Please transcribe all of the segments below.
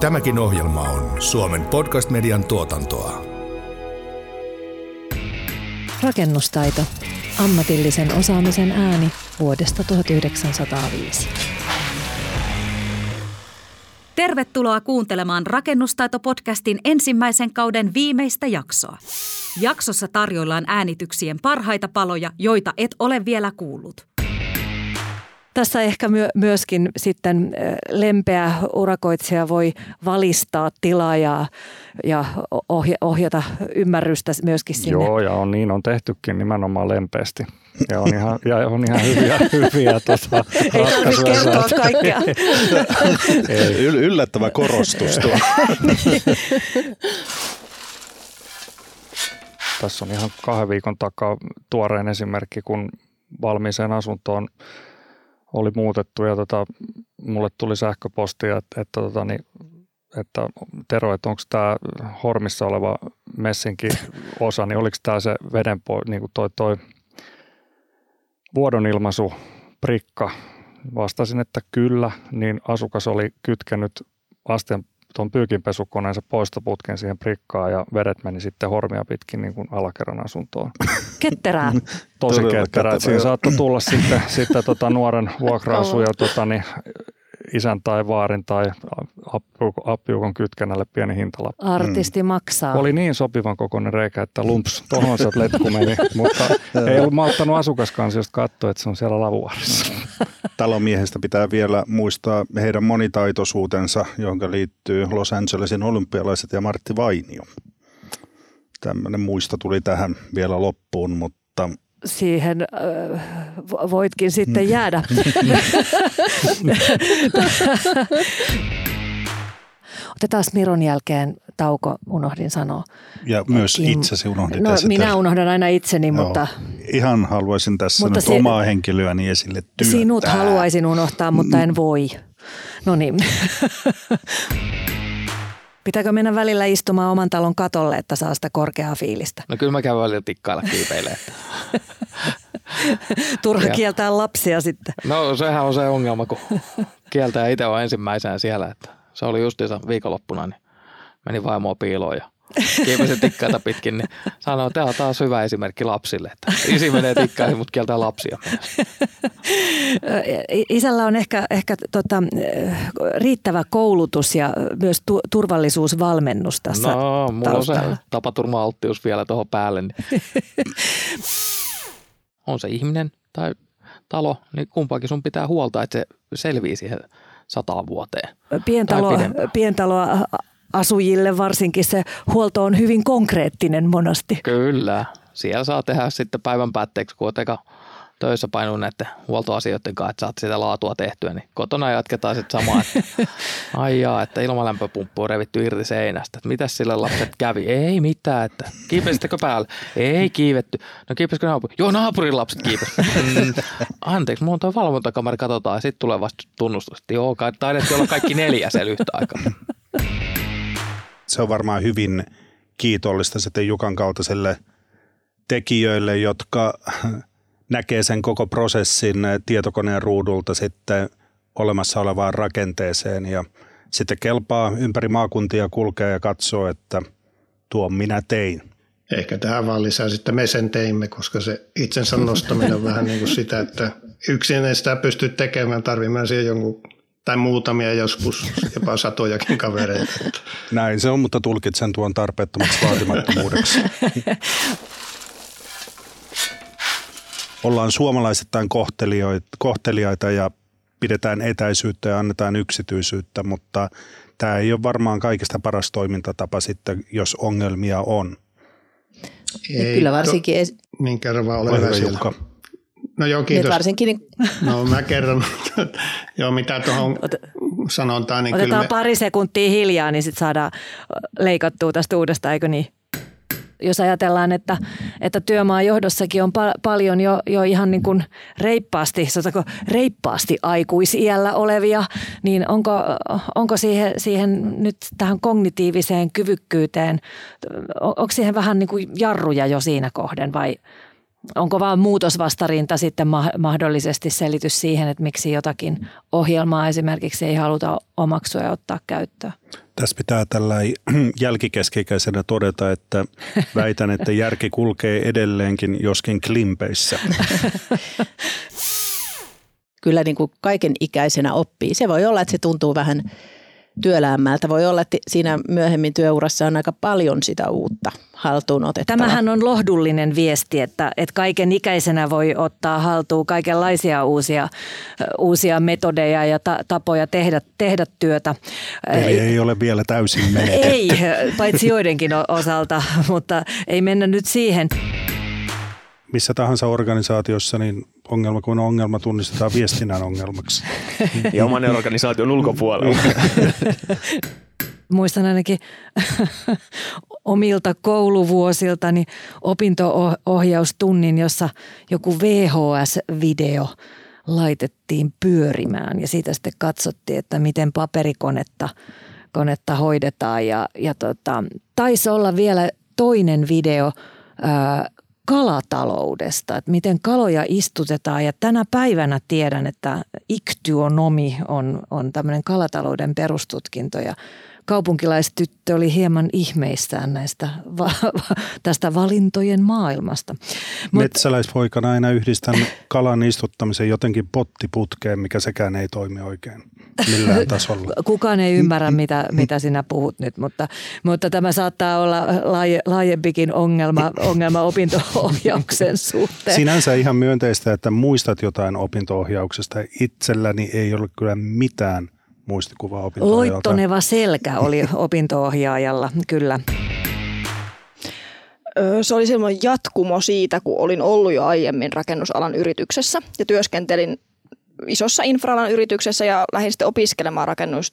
Tämäkin ohjelma on Suomen podcast-median tuotantoa. Rakennustaito. Ammatillisen osaamisen ääni vuodesta 1905. Tervetuloa kuuntelemaan Rakennustaito-podcastin ensimmäisen kauden viimeistä jaksoa. Jaksossa tarjoillaan äänityksien parhaita paloja, joita et ole vielä kuullut. Tässä ehkä myöskin sitten lempeä urakoitsija voi valistaa tilaajaa ja ohjata ymmärrystä myöskin sinne. Joo, ja on tehtykin nimenomaan lempeästi. Ja on ihan hyviä Ei tarvitse kertoa kaikkea. Yllättävä korostus tuo. Tässä on ihan 2 viikon takaa tuoreen esimerkki, kun valmiiseen asuntoon oli muutettu ja mulle tuli sähköpostia, että Tero, että onko tämä Hormissa oleva messinki osa, niin oliko tämä se niin kuin toi vuodonilmaisu prikka. Vastasin, että kyllä, niin asukas oli kytkenyt tuon pyykinpesukoneensa poistoputken siihen prikkaan ja vedet meni sitten Hormia pitkin niin kuin alakerran asuntoon. Ketterää. Tosi ketterää. Siinä saattoi tulla sitten nuoren vuokra-asuja isän tai vaarin tai appiukon kytkennälle pieni hintalappu. Artisti maksaa. Oli niin sopivan kokoinen reikä, että lumps, tohon se letku meni, mutta ei ollut malttanut asukaskansiosta katsoa, että se on siellä lavuaarissa. Talomiehestä pitää vielä muistaa heidän monitaitoisuutensa, johon liittyy Los Angelesin olympialaiset ja Martti Vainio. Tämmöinen muisto tuli tähän vielä loppuun, mutta siihen voitkin sitten jäädä. Otetaan Miron jälkeen tauko, unohdin sanoa. Ja myös itsesi unohdin tässä. Minä unohdan aina itseni, mutta ihan haluaisin tässä nyt omaa henkilöäni esille työntää. Sinut haluaisin unohtaa, mutta en voi. No niin. Pitääkö mennä välillä istumaan oman talon katolle, että saa sitä korkeaa fiilistä? No kyllä mä käyn välillä tikkailla kiipeilemään. Turha kieltää lapsia sitten. No sehän on se ongelma, kun kieltää itse on ensimmäisenä siellä. Että se oli justiinsa viikonloppuna, niin meni vaimoa piiloon ja kiipesin tikkaita pitkin. Niin sanoi, että tämä on taas hyvä esimerkki lapsille. Että isi menee tikkaihin, mutta kieltää lapsia. Isällä on ehkä riittävä koulutus ja myös turvallisuusvalmennus tässä No, mulla taustalla. on se tapaturma-alttius vielä tuohon päälle. Niin. On se ihminen tai talo, niin kumpaakin sun pitää huolta, että se selvii siihen 100 vuoteen. Pientaloa asujille varsinkin se huolto on hyvin konkreettinen monasti. Kyllä. Siellä saa tehdä sitten päivän päätteeksi, kun oot töissä painuu näiden huoltoasioiden kanssa, että saat sitä laatua tehtyä, niin kotona jatketaan sitten samaa, että ai jaa, että ilmalämpöpumppu on revitty irti seinästä, että mitäs sille lapset kävi? Ei mitään, että kiipesittekö päälle? Ei kiivetty. No kiipesikö naapuri? Joo, naapurin lapset kiipesi. Anteeksi, mulla on tuo valvontakamera, katsotaan ja sitten tulee vasta tunnustus, että joo, taidettiin olla kaikki 4 siellä yhtä aikaa. Se on varmaan hyvin kiitollista sitten Jukan kaltaiselle tekijöille, jotka näkee sen koko prosessin tietokoneen ruudulta sitten olemassa olevaan rakenteeseen ja sitten kelpaa ympäri maakuntia kulkea ja katsoo, että tuon minä tein. Ehkä tähän vaan lisää sitten me sen teimme, koska se itsensä nostaminen on vähän niin kuin sitä, että yksin ei sitä pysty tekemään, tarvitsemme siihen jonkun tai muutamia joskus, jopa satojakin kavereita. Näin se on, mutta tulkitsen tuon tarpeettomaksi vaatimattomuudeksi. Ollaan suomalaisittain kohteliaita ja pidetään etäisyyttä ja annetaan yksityisyyttä, mutta tämä ei ole varmaan kaikista paras toimintatapa sitten, jos ongelmia on. Ei, kyllä varsinkin. Niin kerran vaan ole hyvä siellä. Jukka. No joo, kiitos. Varsinkin. No mä kerron, joo mitä tuohon sanontaan. Niin otetaan pari sekuntia hiljaa, niin sitten saadaan leikattua tästä uudestaan, eikö niin? Jos ajatellaan, että työmaan johdossakin on paljon jo ihan niin kuin reippaasti aikuisiällä olevia, niin onko siihen nyt tähän kognitiiviseen kyvykkyyteen, onko siihen vähän niin kuin jarruja jo siinä kohden vai onko vaan muutosvastarinta sitten mahdollisesti selitys siihen, että miksi jotakin ohjelmaa esimerkiksi ei haluta omaksua ja ottaa käyttöön? Tässä pitää tällä jälkikeski-ikäisenä todeta, että väitän, että järki kulkee edelleenkin joskin klimpeissä. Kyllä niin kuin kaiken ikäisenä oppii. Se voi olla, että se tuntuu vähän työläämmältä. Voi olla, että siinä myöhemmin työurassa on aika paljon sitä uutta haltuun otettavaa. Tämähän on lohdullinen viesti, että kaiken ikäisenä voi ottaa haltuun kaikenlaisia uusia metodeja ja tapoja tehdä työtä. Eli ei ole vielä täysin menetetty. Ei, paitsi joidenkin osalta, mutta ei mennä nyt siihen. Missä tahansa organisaatiossa niin ongelma kun ongelma tunnistetaan viestinnän ongelmaksi. Ja oman organisaation ulkopuolella. Muistan ainakin omilta kouluvuosiltani opinto-ohjaustunnin, jossa joku VHS-video laitettiin pyörimään ja siitä sitten katsottiin, että miten paperikonetta hoidetaan. Ja taisi olla vielä toinen video kalataloudesta, että miten kaloja istutetaan. Ja tänä päivänä tiedän, että iktyonomi on tämmöinen kalatalouden perustutkinto ja kaupunkilaistyttö oli hieman ihmeissään tästä valintojen maailmasta. Metsäläispoikana aina yhdistän kalan istuttamisen jotenkin pottiputkeen, mikä sekään ei toimi oikein millään tasolla. Kukaan ei ymmärrä, mitä sinä puhut nyt, mutta tämä saattaa olla laajempikin ongelma opinto-ohjauksen suhteen. Sinänsä ihan myönteistä, että muistat jotain opinto-ohjauksesta. Itselläni ei ole kyllä mitään muistikuvaa opinto-ohjaajalta. Loittoneva selkä oli opinto-ohjaajalla, kyllä. Se oli semmoinen jatkumo siitä, kun olin ollut jo aiemmin rakennusalan yrityksessä ja työskentelin isossa infra-alan yrityksessä ja lähdin sitten opiskelemaan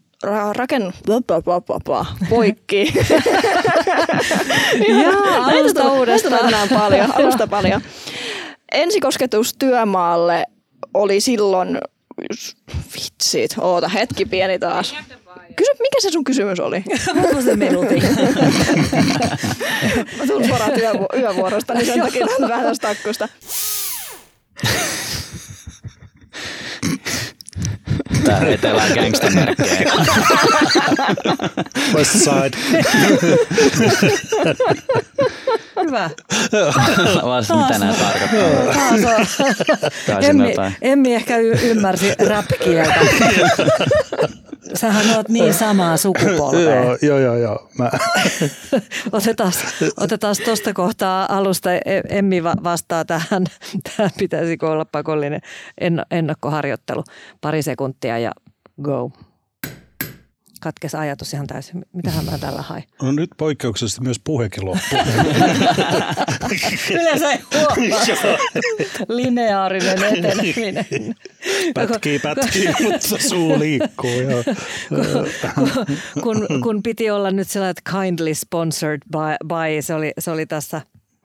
poikki. Alusta uudestaan. Alusta paljon. Ensikosketus työmaalle oli silloin, vitsit, oota hetki pieni taas. Mikä se sun kysymys oli? Onko se melutin? Mä tuun suoraan yövuorosta, niin sen takia on vähän tästä takkusta. Tää etelään gangsta-merkkejä. West Side. Hyvä. Vasta mitä nää tarkoittaa. Emmi ehkä ymmärsi rap-kieltä. Sähän oot niin samaa sukupolvea. Joo. Otetaan tuosta kohtaa alusta. Emmi vastaa tähän. Tämä pitäisikö olla pakollinen ennakkoharjoittelu. 2 sekuntia ja go. Katkesi ajatus ihan täysin. Mitähän mä tällä hain? No nyt poikkeuksellisesti myös puhekin loppuu. Yleensä ei huomaa. Lineaarinen eteneminen. Pätkii, mutta suu liikkuu. kun piti olla nyt sellainen, että kindly sponsored by, se oli tässä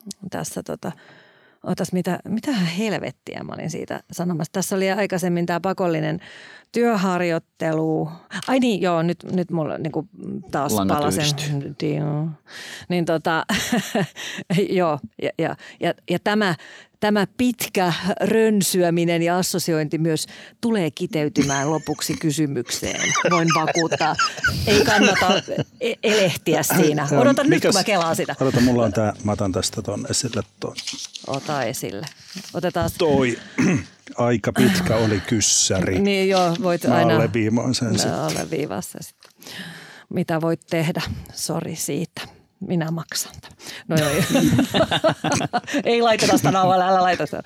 mitähän helvettiä mä olin siitä sanomassa. Tässä oli aikaisemmin tämä pakollinen työharjoittelu. Ai niin, joo, nyt mulla niinku taas palasen. Niin joo, ja tämä pitkä rönsyäminen ja assosiointi myös tulee kiteytymään lopuksi kysymykseen. Voin vakuuttaa. Ei kannata elehtiä siinä. Odotan nyt, kun mä kelaan sitä. Odota, mulla on tää, mä otan tästä ton esille ton. Ota esille. Otetaan. Toi aika pitkä oli kyssäri. Niin joo, voit aina. Mä alleviivaan sen sitten. Mä alleviivaan sen sitten. Mitä voit tehdä? Sori siitä. Minä maksan tämän. No joo. Ei laiteta sitä nauhalle, älä laita sitä.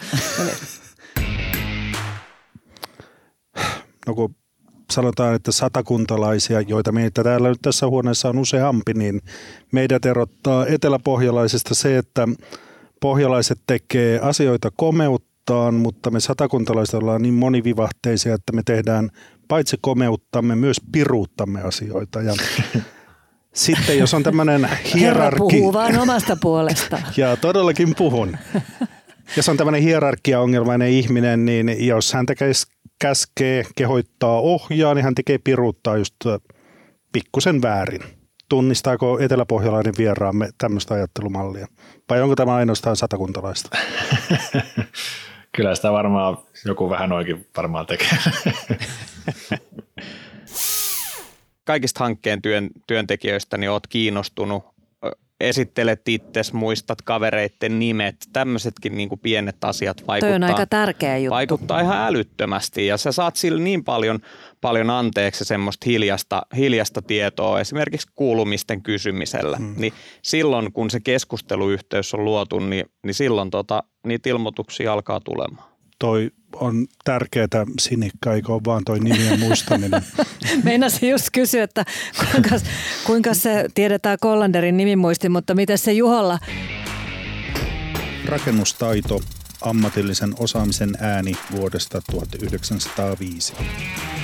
No kun sanotaan, että satakuntalaisia, joita meitä täällä nyt tässä huoneessa on useampi, niin meidät erottaa eteläpohjalaisesta se, että pohjalaiset tekee asioita komeuttaan, mutta me satakuntalaiset ollaan niin monivivahteisia, että me tehdään paitsi komeuttamme myös piruuttamme asioita. Ja sitten jos on tämmöinen hierarki. Herra puhuu vaan omasta puolesta. Ja todellakin puhun. Jos on tämmöinen hierarkiaongelmainen ihminen, niin jos hän käskee, kehoittaa, ohjaa, niin hän tekee piruuttaa just pikkusen väärin. Tunnistaako eteläpohjalainen vieraamme tämmöistä ajattelumallia? Vai onko tämä ainoastaan satakuntalaista? Kyllä sitä varmaan joku vähän oikein varmaan tekee. kaikista hankkeen työntekijöistä niin oot kiinnostunut, esittelet itsesi, muistat kavereiden nimet, tämmöisetkin niin kuin pienet asiat Toi on aika tärkeä juttu. Vaikuttaa ihan älyttömästi ja sä saat sille niin paljon anteeksi semmoista hiljasta tietoa esimerkiksi kuulumisten kysymisellä. Niin silloin kun se keskusteluyhteys on luotu, niin silloin niitä ilmoituksia alkaa tulemaan. Toi on tärkeää, Sinikka, eikö ole vaan toi nimien muistaminen? Meinasin just kysyä, että kuinka se tiedetään Collanderin nimimuisti, mutta miten se Juholla? Rakennustaito, ammatillisen osaamisen ääni vuodesta 1905.